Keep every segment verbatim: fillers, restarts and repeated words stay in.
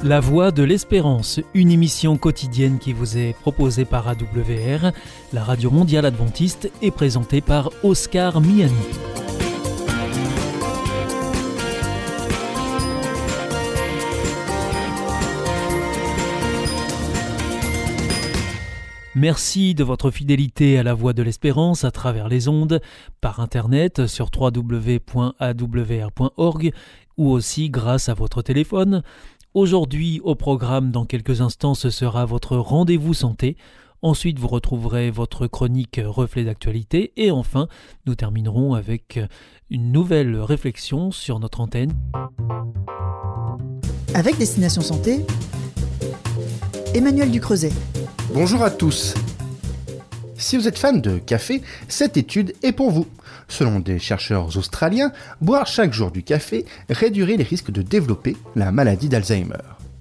La Voix de l'Espérance, une émission quotidienne qui vous est proposée par A W R, la radio mondiale adventiste, et présentée par Oscar Miani. Merci de votre fidélité à la Voix de l'Espérance à travers les ondes, par internet sur w w w point a w r point org ou aussi grâce à votre téléphone. Aujourd'hui, au programme, dans quelques instants, ce sera votre rendez-vous santé. Ensuite, vous retrouverez votre chronique Reflet d'actualité. Et enfin, nous terminerons avec une nouvelle réflexion sur notre antenne. Avec Destination Santé, Emmanuel Ducreuset. Bonjour à tous. Si vous êtes fan de café, cette étude est pour vous. Selon des chercheurs australiens, boire chaque jour du café réduirait les risques de développer la maladie d'Alzheimer.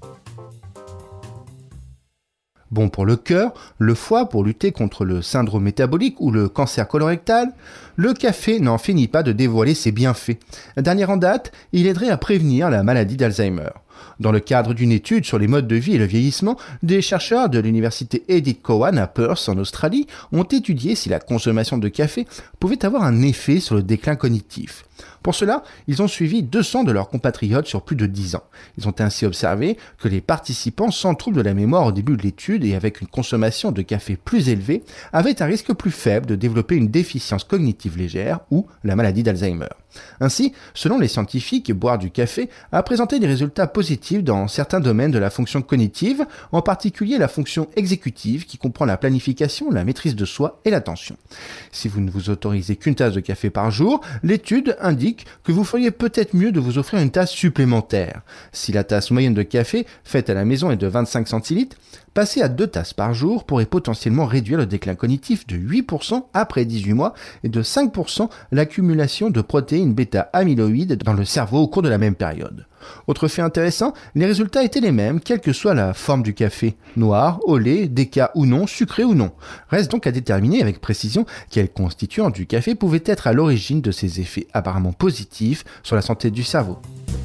Bon pour le cœur, le foie pour lutter contre le syndrome métabolique ou le cancer colorectal, le café n'en finit pas de dévoiler ses bienfaits. Dernier en date, il aiderait à prévenir la maladie d'Alzheimer. Dans le cadre d'une étude sur les modes de vie et le vieillissement, des chercheurs de l'université Edith Cowan à Perth en Australie ont étudié si la consommation de café pouvait avoir un effet sur le déclin cognitif. Pour cela, ils ont suivi deux cents de leurs compatriotes sur plus de dix ans. Ils ont ainsi observé que les participants sans trouble de la mémoire au début de l'étude et avec une consommation de café plus élevée avaient un risque plus faible de développer une déficience cognitive légère ou la maladie d'Alzheimer. Ainsi, selon les scientifiques, boire du café a présenté des résultats positifs dans certains domaines de la fonction cognitive, en particulier la fonction exécutive qui comprend la planification, la maîtrise de soi et l'attention. Si vous ne vous autorisez qu'une tasse de café par jour, l'étude indique que vous feriez peut-être mieux de vous offrir une tasse supplémentaire. Si la tasse moyenne de café faite à la maison est de vingt-cinq centilitres, passer à deux tasses par jour pourrait potentiellement réduire le déclin cognitif de huit pour cent après dix-huit mois et de cinq pour cent l'accumulation de protéines bêta-amyloïdes dans le cerveau au cours de la même période. Autre fait intéressant, les résultats étaient les mêmes, quelle que soit la forme du café, noir, au lait, déca ou non, sucré ou non. Reste donc à déterminer avec précision quel constituant du café pouvait être à l'origine de ces effets apparemment positifs sur la santé du cerveau.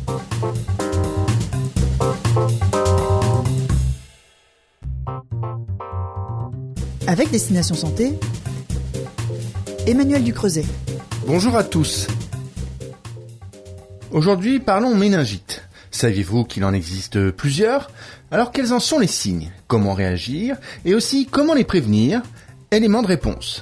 Avec Destination Santé, Emmanuel Ducreuset. Bonjour à tous. Aujourd'hui, parlons méningite. Saviez-vous qu'il en existe plusieurs ? Alors quels en sont les signes ? Comment réagir ? Et aussi comment les prévenir ? Éléments de réponse.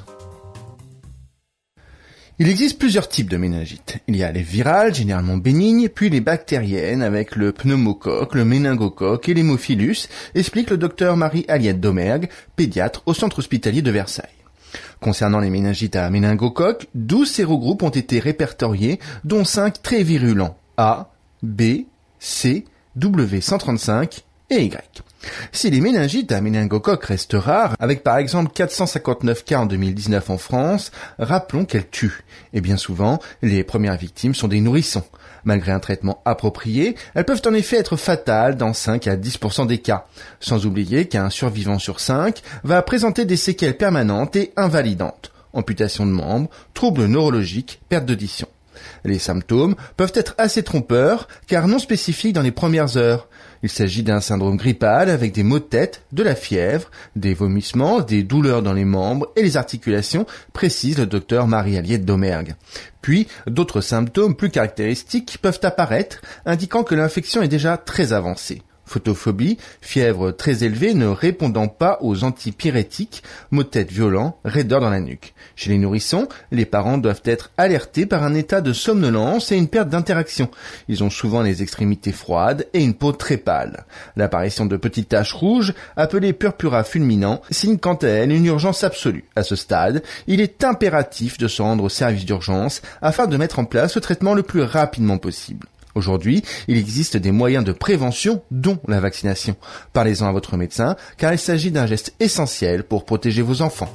Il existe plusieurs types de méningite. Il y a les virales, généralement bénignes, puis les bactériennes avec le pneumocoque, le méningocoque et l'hémophilus, explique le docteur Marie-Aliette Domergue, pédiatre au centre hospitalier de Versailles. Concernant les méningites à méningocoque, douze sérogroupes ont été répertoriés, dont cinq très virulents, A, B, C, W cent trente-cinq et Y. Si les méningites à méningocoque restent rares, avec par exemple quatre cent cinquante-neuf cas en deux mille dix-neuf en France, rappelons qu'elles tuent. Et bien souvent, les premières victimes sont des nourrissons. Malgré un traitement approprié, elles peuvent en effet être fatales dans cinq à dix pour cent des cas. Sans oublier qu'un survivant sur cinq va présenter des séquelles permanentes et invalidantes. Amputation de membres, troubles neurologiques, perte d'audition. Les symptômes peuvent être assez trompeurs, car non spécifiques dans les premières heures. Il s'agit d'un syndrome grippal avec des maux de tête, de la fièvre, des vomissements, des douleurs dans les membres et les articulations, précise le docteur Marie-Aliette Domergue. Puis, d'autres symptômes plus caractéristiques peuvent apparaître, indiquant que l'infection est déjà très avancée. Photophobie, fièvre très élevée ne répondant pas aux antipyrétiques, maux de tête violents, raideur dans la nuque. Chez les nourrissons, les parents doivent être alertés par un état de somnolence et une perte d'interaction. Ils ont souvent les extrémités froides et une peau très pâle. L'apparition de petites taches rouges, appelées purpura fulminant, signe quant à elle une urgence absolue. À ce stade, il est impératif de se rendre au service d'urgence afin de mettre en place le traitement le plus rapidement possible. Aujourd'hui, il existe des moyens de prévention, dont la vaccination. Parlez-en à votre médecin, car il s'agit d'un geste essentiel pour protéger vos enfants.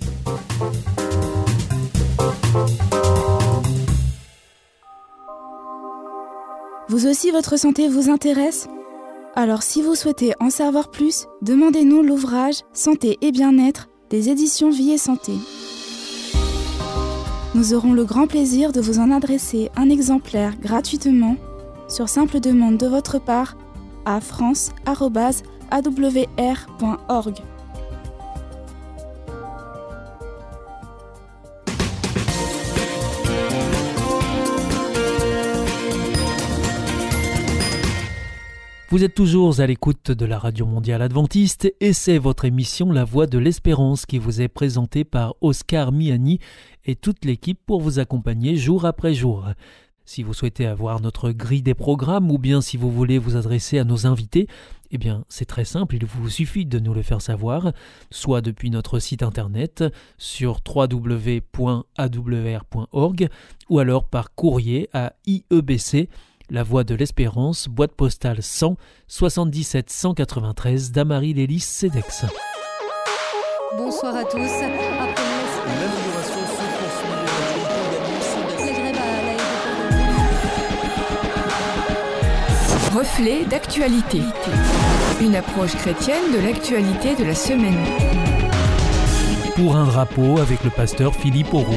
Vous aussi, votre santé vous intéresse ? Alors si vous souhaitez en savoir plus, demandez-nous l'ouvrage « Santé et bien-être » des éditions Vie et Santé. Nous aurons le grand plaisir de vous en adresser un exemplaire gratuitement, sur simple demande de votre part, à france arobase a w r point org. Vous êtes toujours à l'écoute de la Radio Mondiale Adventiste et c'est votre émission La Voix de l'Espérance qui vous est présentée par Oscar Miani et toute l'équipe pour vous accompagner jour après jour. Si vous souhaitez avoir notre grille des programmes ou bien si vous voulez vous adresser à nos invités, eh bien c'est très simple, il vous suffit de nous le faire savoir, soit depuis notre site internet sur w w w point a w r point org ou alors par courrier à I E B C, La Voix de l'Espérance, boîte postale cent, soixante-dix-sept cent quatre-vingt-treize, Damary-Lélis, Cedex. Bonsoir à tous. Après l'amélioration se poursuit. Les grèves à l'aéroport. Reflet d'actualité. Une approche chrétienne de l'actualité de la semaine. Pour un drapeau avec le pasteur Philippe Aurouz.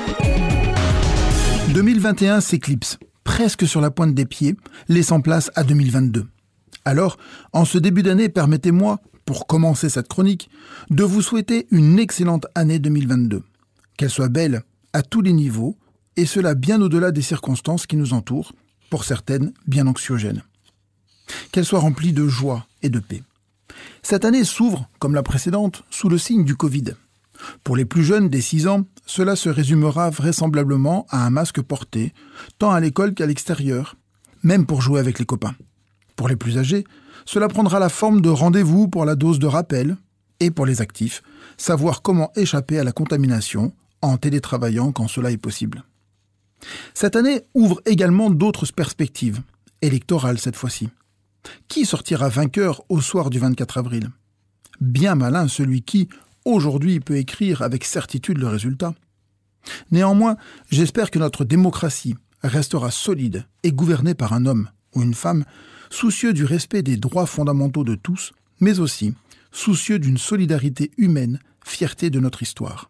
deux mille vingt et un s'éclipse, presque sur la pointe des pieds, laissant place à deux mille vingt-deux. Alors, en ce début d'année, permettez-moi, pour commencer cette chronique, de vous souhaiter une excellente année deux mille vingt-deux. Qu'elle soit belle à tous les niveaux, et cela bien au-delà des circonstances qui nous entourent, pour certaines bien anxiogènes. Qu'elle soit remplie de joie et de paix. Cette année s'ouvre, comme la précédente, sous le signe du Covid. Pour les plus jeunes des six ans, cela se résumera vraisemblablement à un masque porté, tant à l'école qu'à l'extérieur, même pour jouer avec les copains. Pour les plus âgés, cela prendra la forme de rendez-vous pour la dose de rappel, et pour les actifs, savoir comment échapper à la contamination en télétravaillant quand cela est possible. Cette année ouvre également d'autres perspectives, électorales cette fois-ci. Qui sortira vainqueur au soir du vingt-quatre avril ? Bien malin celui qui, aujourd'hui, peut écrire avec certitude le résultat. Néanmoins, j'espère que notre démocratie restera solide et gouvernée par un homme ou une femme soucieux du respect des droits fondamentaux de tous, mais aussi soucieux d'une solidarité humaine, fierté de notre histoire.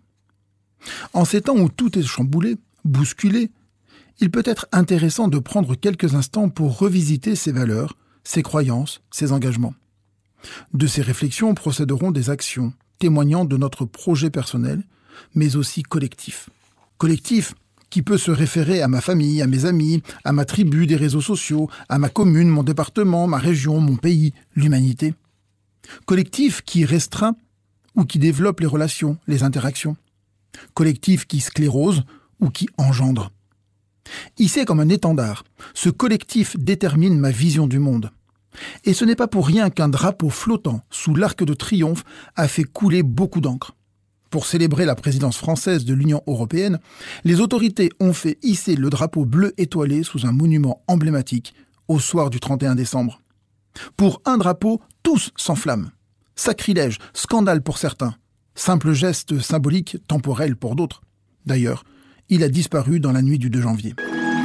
En ces temps où tout est chamboulé, bousculé, il peut être intéressant de prendre quelques instants pour revisiter ses valeurs, ses croyances, ses engagements. De ces réflexions procéderont des actions témoignant de notre projet personnel, mais aussi collectif. Collectif qui peut se référer à ma famille, à mes amis, à ma tribu des réseaux sociaux, à ma commune, mon département, ma région, mon pays, l'humanité. Collectif qui restreint ou qui développe les relations, les interactions. Collectif qui sclérose ou qui engendre. Hissé comme un étendard, ce collectif détermine ma vision du monde. Et ce n'est pas pour rien qu'un drapeau flottant sous l'arc de triomphe a fait couler beaucoup d'encre. Pour célébrer la présidence française de l'Union européenne, les autorités ont fait hisser le drapeau bleu étoilé sous un monument emblématique au soir du trente et un décembre. Pour un drapeau, tous s'enflamment. Sacrilège, scandale pour certains, simple geste symbolique, temporel pour d'autres. D'ailleurs, il a disparu dans la nuit du deux janvier.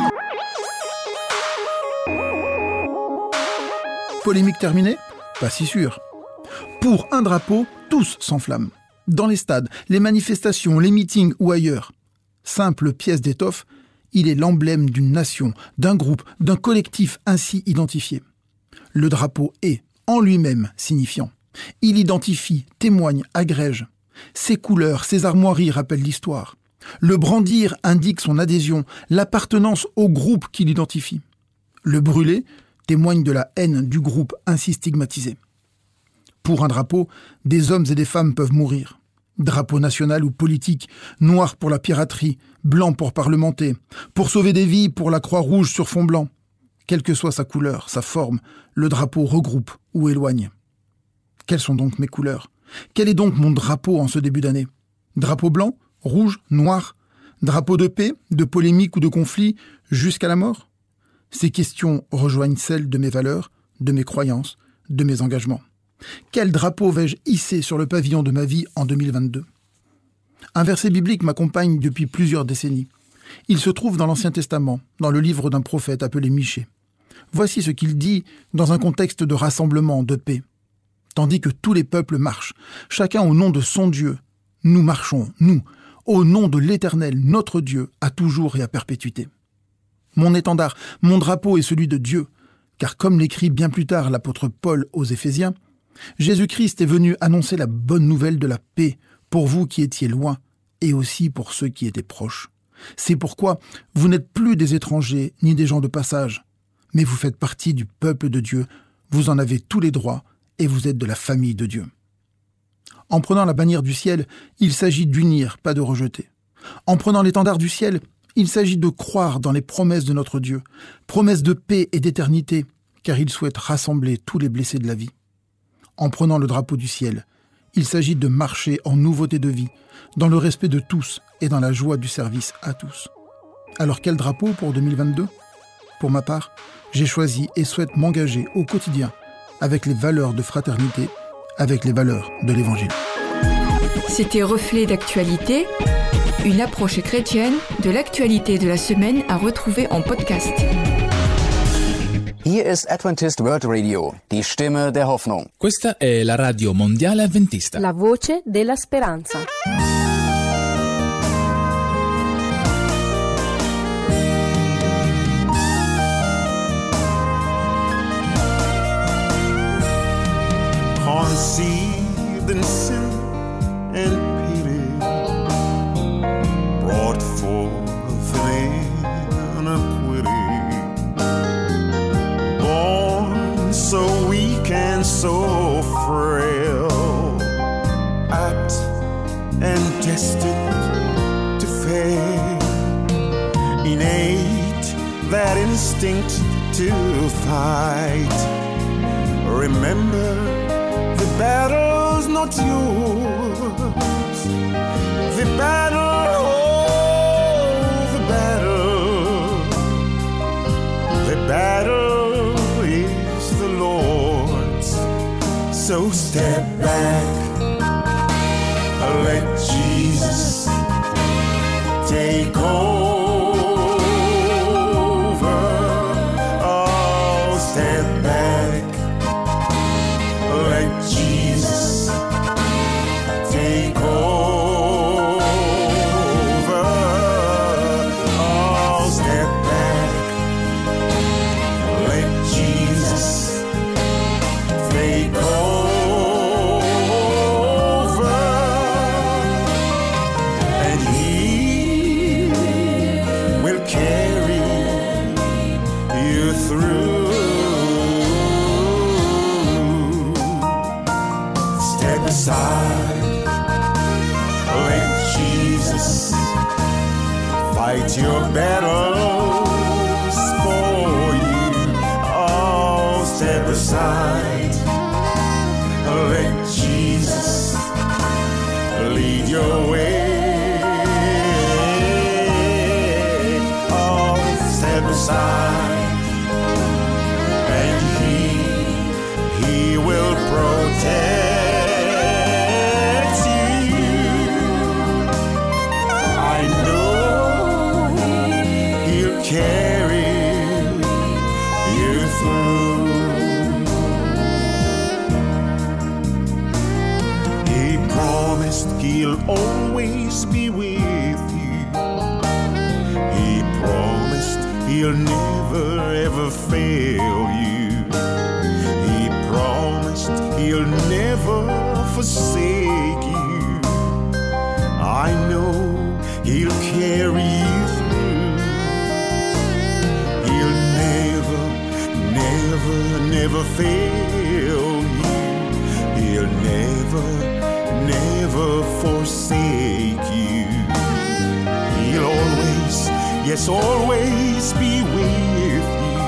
Polémique terminée ? Pas si sûr. Pour un drapeau, tous s'enflamment. Dans les stades, les manifestations, les meetings ou ailleurs. Simple pièce d'étoffe, il est l'emblème d'une nation, d'un groupe, d'un collectif ainsi identifié. Le drapeau est, en lui-même, signifiant. Il identifie, témoigne, agrège. Ses couleurs, ses armoiries rappellent l'histoire. Le brandir indique son adhésion, l'appartenance au groupe qui l'identifie. Le brûler témoigne de la haine du groupe ainsi stigmatisé. Pour un drapeau, des hommes et des femmes peuvent mourir. Drapeau national ou politique, noir pour la piraterie, blanc pour parlementer, pour sauver des vies pour la Croix-Rouge sur fond blanc. Quelle que soit sa couleur, sa forme, le drapeau regroupe ou éloigne. Quelles sont donc mes couleurs ? Quel est donc mon drapeau en ce début d'année ? Drapeau blanc, rouge, noir ? Drapeau de paix, de polémique ou de conflit, jusqu'à la mort ? Ces questions rejoignent celles de mes valeurs, de mes croyances, de mes engagements. Quel drapeau vais-je hisser sur le pavillon de ma vie en deux mille vingt-deux ? Un verset biblique m'accompagne depuis plusieurs décennies. Il se trouve dans l'Ancien Testament, dans le livre d'un prophète appelé Michée. Voici ce qu'il dit dans un contexte de rassemblement, de paix. Tandis que tous les peuples marchent, chacun au nom de son Dieu, nous marchons, nous, au nom de l'Éternel, notre Dieu, à toujours et à perpétuité. Mon étendard, mon drapeau est celui de Dieu, car comme l'écrit bien plus tard l'apôtre Paul aux Éphésiens, Jésus-Christ est venu annoncer la bonne nouvelle de la paix pour vous qui étiez loin et aussi pour ceux qui étaient proches. C'est pourquoi vous n'êtes plus des étrangers ni des gens de passage, mais vous faites partie du peuple de Dieu, vous en avez tous les droits et vous êtes de la famille de Dieu. En prenant la bannière du ciel, il s'agit d'unir, pas de rejeter. En prenant l'étendard du ciel, il s'agit de croire dans les promesses de notre Dieu, promesses de paix et d'éternité, car il souhaite rassembler tous les blessés de la vie. En prenant le drapeau du ciel, il s'agit de marcher en nouveauté de vie, dans le respect de tous et dans la joie du service à tous. Alors quel drapeau pour deux mille vingt-deux ? Pour ma part, j'ai choisi et souhaite m'engager au quotidien avec les valeurs de fraternité, avec les valeurs de l'Évangile. C'était Reflet d'actualité, une approche chrétienne de l'actualité de la semaine à retrouver en podcast. Hier ist Adventist World Radio, die Stimme der Hoffnung. Questa è la radio mondiale avventista. La voce della speranza. Conceived in sin and pity, brought forth in iniquity, born so weak and so frail, apt and destined to fail, innate that instinct to fight. Remember, the battle's not yours. The battle, oh, the battle. The battle is the Lord's. So step back, let Jesus take over. Oh, step back. Let Jesus take over. Oh, step back. Let Jesus take over. And He will carry you through. Aside, let Jesus fight your battles for you. Oh, step aside, let Jesus lead your way. Oh, step aside, and He, He will protect. Carry you through. He promised He'll always be with you. He promised He'll never ever fail you. He promised He'll never forsake you. I know He'll carry you through. Never, never fail you. He'll never, never forsake you. He'll always, yes, always be with you.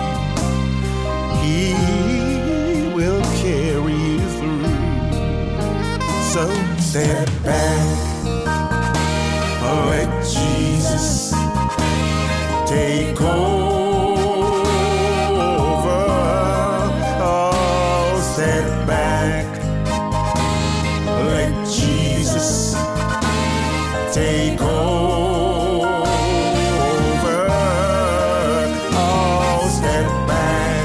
He will carry you through. So step back, let Jesus take over. Step back, let Jesus take over. Oh, step back,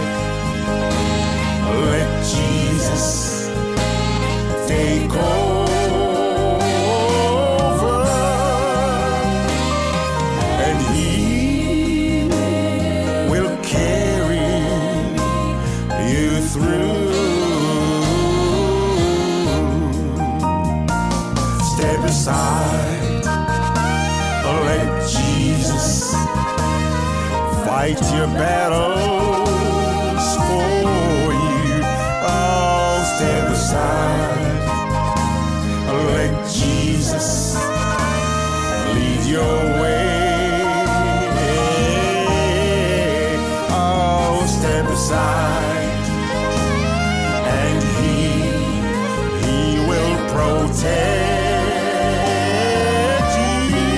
let Jesus take over. And He will carry fight your battles for you. Oh, step aside, let Jesus lead your way. Oh, step aside, and He, He will protect you.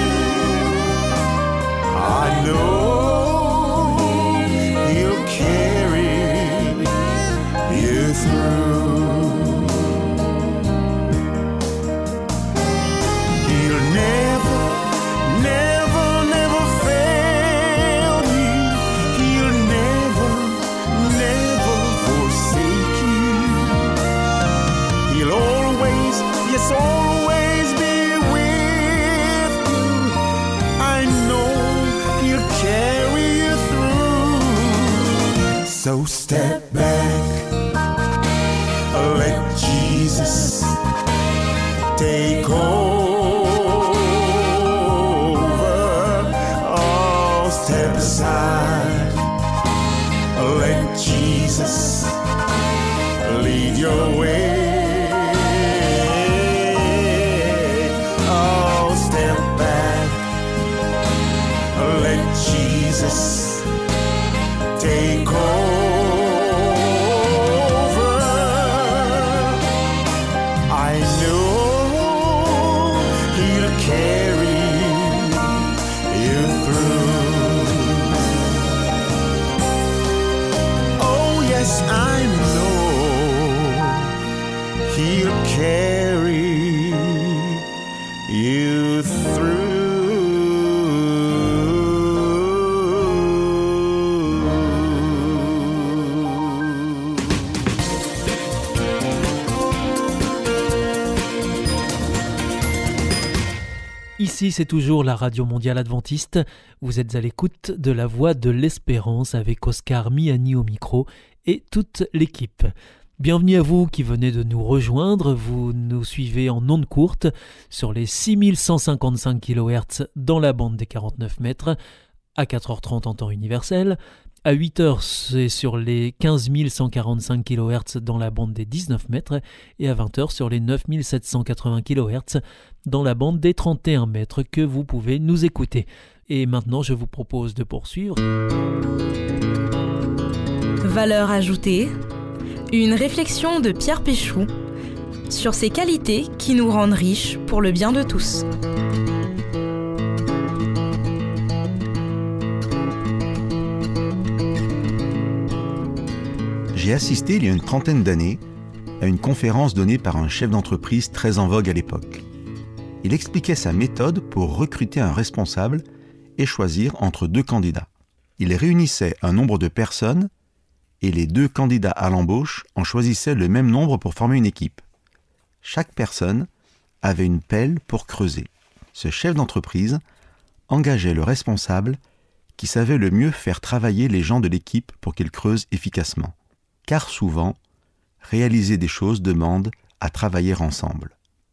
I know He'll carry you through. He'll never, never, never fail you. He'll never, never forsake you. He'll always, yes, always be with you. I know He'll carry you through. So step back, let Jesus take over. Oh, step aside, let Jesus lead your way. Oh, step back, let Jesus take over. I know He'll carry you through. Oh, yes, I know He'll carry you through. Ici, c'est toujours la Radio Mondiale Adventiste. Vous êtes à l'écoute de la Voix de l'Espérance avec Oscar Miani au micro et toute l'équipe. Bienvenue à vous qui venez de nous rejoindre. Vous nous suivez en ondes courtes sur les six mille cent cinquante-cinq kilohertz dans la bande des quarante-neuf mètres, à quatre heures trente en temps universel. À huit heures, c'est sur les quinze mille cent quarante-cinq kilohertz dans la bande des dix-neuf mètres et à vingt heures sur les neuf mille sept cent quatre-vingts kilohertz dans la bande des trente et un mètres que vous pouvez nous écouter. Et maintenant, je vous propose de poursuivre. Valeur ajoutée, une réflexion de Pierre Péchou sur ces qualités qui nous rendent riches pour le bien de tous. J'ai assisté il y a une trentaine d'années à une conférence donnée par un chef d'entreprise très en vogue à l'époque. Il expliquait sa méthode pour recruter un responsable et choisir entre deux candidats. Il réunissait un nombre de personnes et les deux candidats à l'embauche en choisissaient le même nombre pour former une équipe. Chaque personne avait une pelle pour creuser. Ce chef d'entreprise engageait le responsable qui savait le mieux faire travailler les gens de l'équipe pour qu'ils creusent efficacement. Car souvent, réaliser des choses demande à travailler ensemble.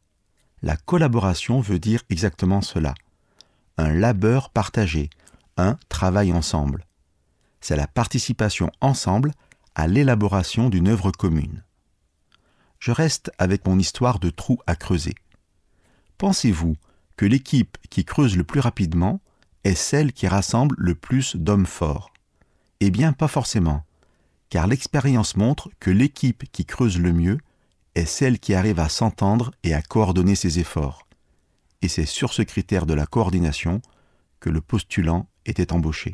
La collaboration veut dire exactement cela. Un labeur partagé, un travail ensemble. C'est la participation ensemble à l'élaboration d'une œuvre commune. Je reste avec mon histoire de trou à creuser. Pensez-vous que l'équipe qui creuse le plus rapidement est celle qui rassemble le plus d'hommes forts? Eh bien, pas forcément, car l'expérience montre que l'équipe qui creuse le mieux est celle qui arrive à s'entendre et à coordonner ses efforts. Et c'est sur ce critère de la coordination que le postulant était embauché.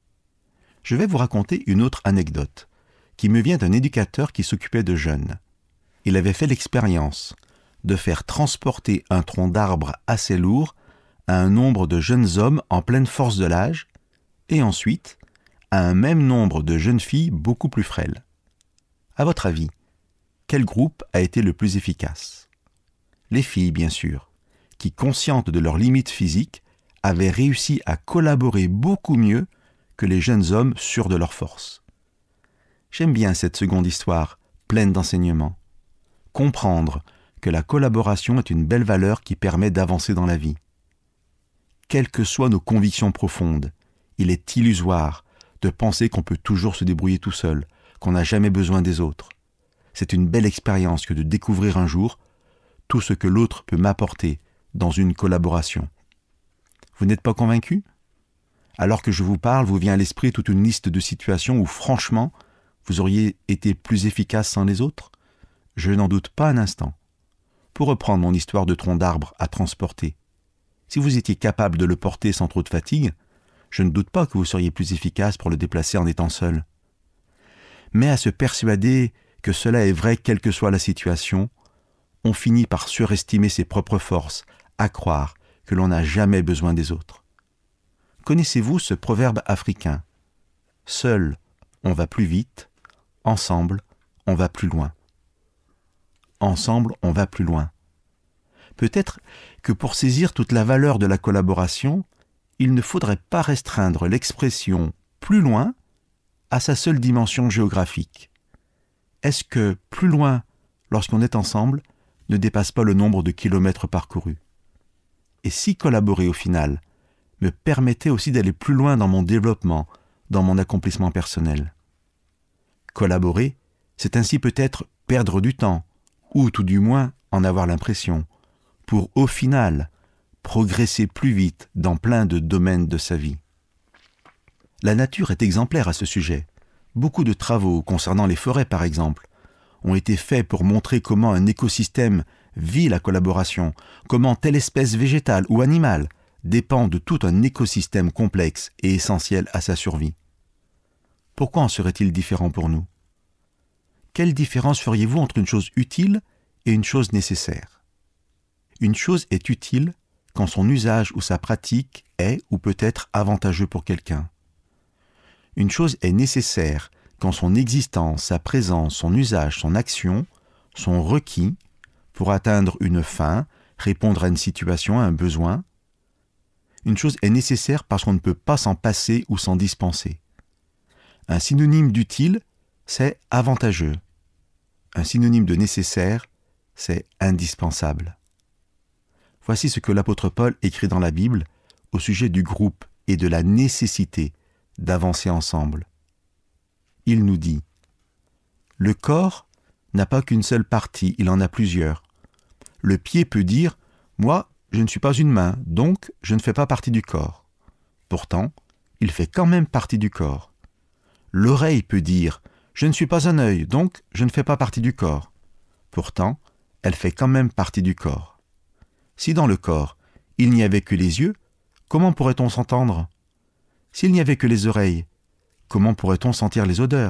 Je vais vous raconter une autre anecdote, qui me vient d'un éducateur qui s'occupait de jeunes. Il avait fait l'expérience de faire transporter un tronc d'arbre assez lourd à un nombre de jeunes hommes en pleine force de l'âge, et ensuite à un même nombre de jeunes filles beaucoup plus frêles. À votre avis, quel groupe a été le plus efficace? Les filles, bien sûr, qui, conscientes de leurs limites physiques, avaient réussi à collaborer beaucoup mieux que les jeunes hommes sûrs de leur force. J'aime bien cette seconde histoire, pleine d'enseignements. Comprendre que la collaboration est une belle valeur qui permet d'avancer dans la vie. Quelles que soient nos convictions profondes, il est illusoire de penser qu'on peut toujours se débrouiller tout seul, qu'on n'a jamais besoin des autres. C'est une belle expérience que de découvrir un jour tout ce que l'autre peut m'apporter dans une collaboration. Vous n'êtes pas convaincu ? Alors que je vous parle, vous vient à l'esprit toute une liste de situations où, franchement, vous auriez été plus efficace sans les autres ? Je n'en doute pas un instant. Pour reprendre mon histoire de tronc d'arbre à transporter, si vous étiez capable de le porter sans trop de fatigue, je ne doute pas que vous seriez plus efficace pour le déplacer en étant seul. Mais à se persuader que cela est vrai quelle que soit la situation, on finit par surestimer ses propres forces, à croire que l'on n'a jamais besoin des autres. Connaissez-vous ce proverbe africain ? Seul, on va plus vite, ensemble, on va plus loin. Ensemble, on va plus loin. Peut-être que pour saisir toute la valeur de la collaboration, il ne faudrait pas restreindre l'expression « plus loin » à sa seule dimension géographique. Est-ce que « plus loin » lorsqu'on est ensemble ne dépasse pas le nombre de kilomètres parcourus ? Et si collaborer au final me permettait aussi d'aller plus loin dans mon développement, dans mon accomplissement personnel ? Collaborer, c'est ainsi peut-être perdre du temps, ou tout du moins en avoir l'impression, pour au final progresser plus vite dans plein de domaines de sa vie. La nature est exemplaire à ce sujet. Beaucoup de travaux concernant les forêts, par exemple, ont été faits pour montrer comment un écosystème vit la collaboration, comment telle espèce végétale ou animale dépend de tout un écosystème complexe et essentiel à sa survie. Pourquoi en serait-il différent pour nous ? Quelle différence feriez-vous entre une chose utile et une chose nécessaire ? Une chose est utile quand son usage ou sa pratique est ou peut être avantageux pour quelqu'un. Une chose est nécessaire quand son existence, sa présence, son usage, son action sont requis pour atteindre une fin, répondre à une situation, à un besoin. Une chose est nécessaire parce qu'on ne peut pas s'en passer ou s'en dispenser. Un synonyme d'utile, c'est avantageux. Un synonyme de nécessaire, c'est indispensable. Voici ce que l'apôtre Paul écrit dans la Bible au sujet du groupe et de la nécessité d'avancer ensemble. Il nous dit « Le corps n'a pas qu'une seule partie, il en a plusieurs. Le pied peut dire « Moi, je ne suis pas une main, donc je ne fais pas partie du corps. » Pourtant, il fait quand même partie du corps. L'oreille peut dire « Je ne suis pas un œil, donc je ne fais pas partie du corps. » Pourtant, elle fait quand même partie du corps. Si dans le corps, il n'y avait que les yeux, comment pourrait-on s'entendre ? S'il n'y avait que les oreilles, comment pourrait-on sentir les odeurs ?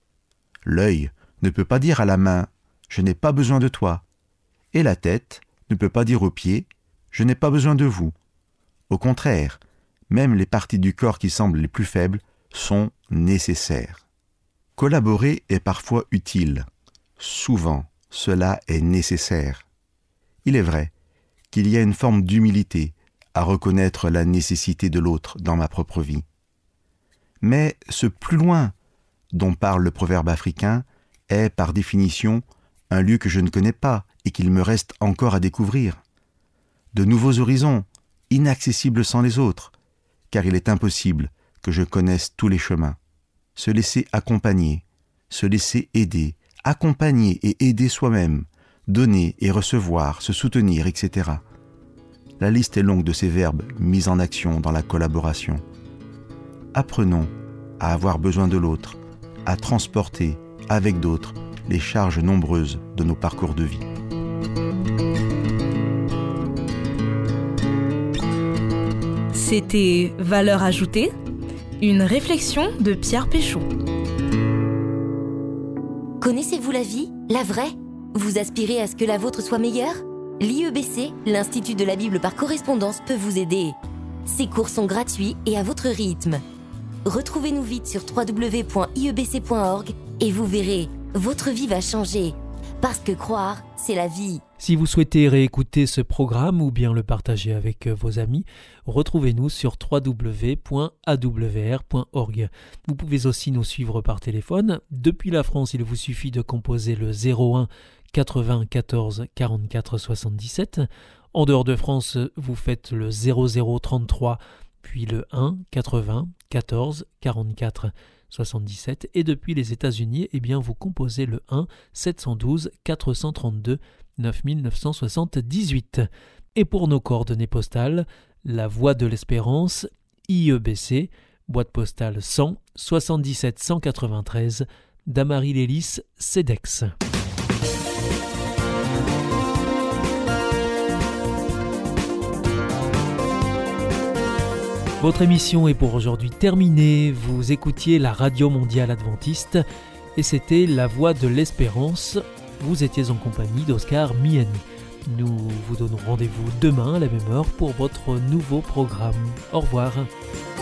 L'œil ne peut pas dire à la main « Je n'ai pas besoin de toi » et la tête ne peut pas dire aux pieds « Je n'ai pas besoin de vous ». Au contraire, même les parties du corps qui semblent les plus faibles sont nécessaires. Collaborer est parfois utile. Souvent, cela est nécessaire. Il est vrai qu'il y a une forme d'humilité à reconnaître la nécessité de l'autre dans ma propre vie. Mais ce plus loin dont parle le proverbe africain est, par définition, un lieu que je ne connais pas et qu'il me reste encore à découvrir. De nouveaux horizons, inaccessibles sans les autres, car il est impossible que je connaisse tous les chemins. Se laisser accompagner, se laisser aider, accompagner et aider soi-même, donner et recevoir, se soutenir, et cetera. La liste est longue de ces verbes mis en action dans la collaboration. Apprenons à avoir besoin de l'autre, à transporter avec d'autres les charges nombreuses de nos parcours de vie. C'était Valeur ajoutée, une réflexion de Pierre Péchaud. Connaissez-vous la vie, la vraie ? Vous aspirez à ce que la vôtre soit meilleure ? L'I E B C, l'Institut de la Bible par correspondance, peut vous aider. Ces cours sont gratuits et à votre rythme. Retrouvez-nous vite sur w w w point i e b c point org et vous verrez, votre vie va changer. Parce que croire, c'est la vie. Si vous souhaitez réécouter ce programme ou bien le partager avec vos amis, retrouvez-nous sur w w w point a w r point org. Vous pouvez aussi nous suivre par téléphone. Depuis la France, il vous suffit de composer le zéro un quatre-vingts quatorze quarante-quatre soixante-dix-sept. En dehors de France, vous faites le zéro zéro trente-trois puis le un quatre-vingts quatorze quarante-quatre soixante-dix-sept et depuis les États-Unis, eh bien vous composez le un sept cent douze quatre cent trente-deux neuf mille neuf cent soixante-dix-huit. Et pour nos coordonnées postales, la Voie de l'Espérance, I E B C, boîte postale cent soixante-dix-sept cent quatre-vingt-treize, Damary-Lélis, Cedex. Votre émission est pour aujourd'hui terminée. Vous écoutiez la Radio Mondiale Adventiste et c'était La Voie de l'Espérance. Vous étiez en compagnie d'Oscar Miani. Nous vous donnons rendez-vous demain à la même heure pour votre nouveau programme. Au revoir.